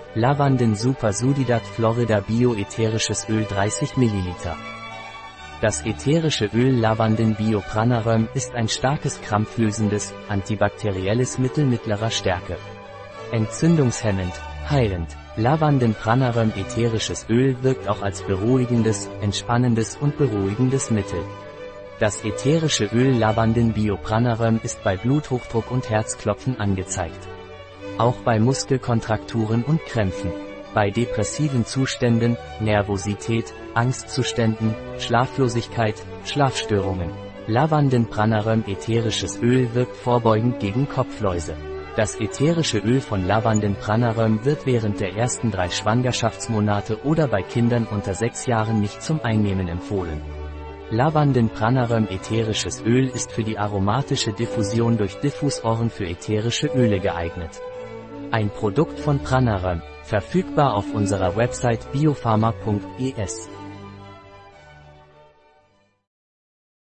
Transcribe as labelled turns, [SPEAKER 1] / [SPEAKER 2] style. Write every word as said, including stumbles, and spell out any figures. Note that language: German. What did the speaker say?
[SPEAKER 1] Lavanden Super Sudidat Florida Bio ätherisches Öl dreißig Milliliter. Das ätherische Öl Lavanden Bio Pranaröm ist ein starkes krampflösendes, antibakterielles Mittel mittlerer Stärke. Entzündungshemmend, heilend. Lavanden Pranaröm ätherisches Öl wirkt auch als beruhigendes, entspannendes und beruhigendes Mittel. Das ätherische Öl Lavanden Bio Pranaröm ist bei Bluthochdruck und Herzklopfen angezeigt. Auch bei Muskelkontrakturen und Krämpfen. Bei depressiven Zuständen, Nervosität, Angstzuständen, Schlaflosigkeit, Schlafstörungen. Lavanden Pranaröm ätherisches Öl wirkt vorbeugend gegen Kopfläuse. Das ätherische Öl von Lavanden Pranaröm wird während der ersten drei Schwangerschaftsmonate oder bei Kindern unter sechs Jahren nicht zum Einnehmen empfohlen. Lavanden Pranaröm ätherisches Öl ist für die aromatische Diffusion durch Diffusoren für ätherische Öle geeignet. Ein Produkt von Pranaröm, verfügbar auf unserer Website biopharma punkt es.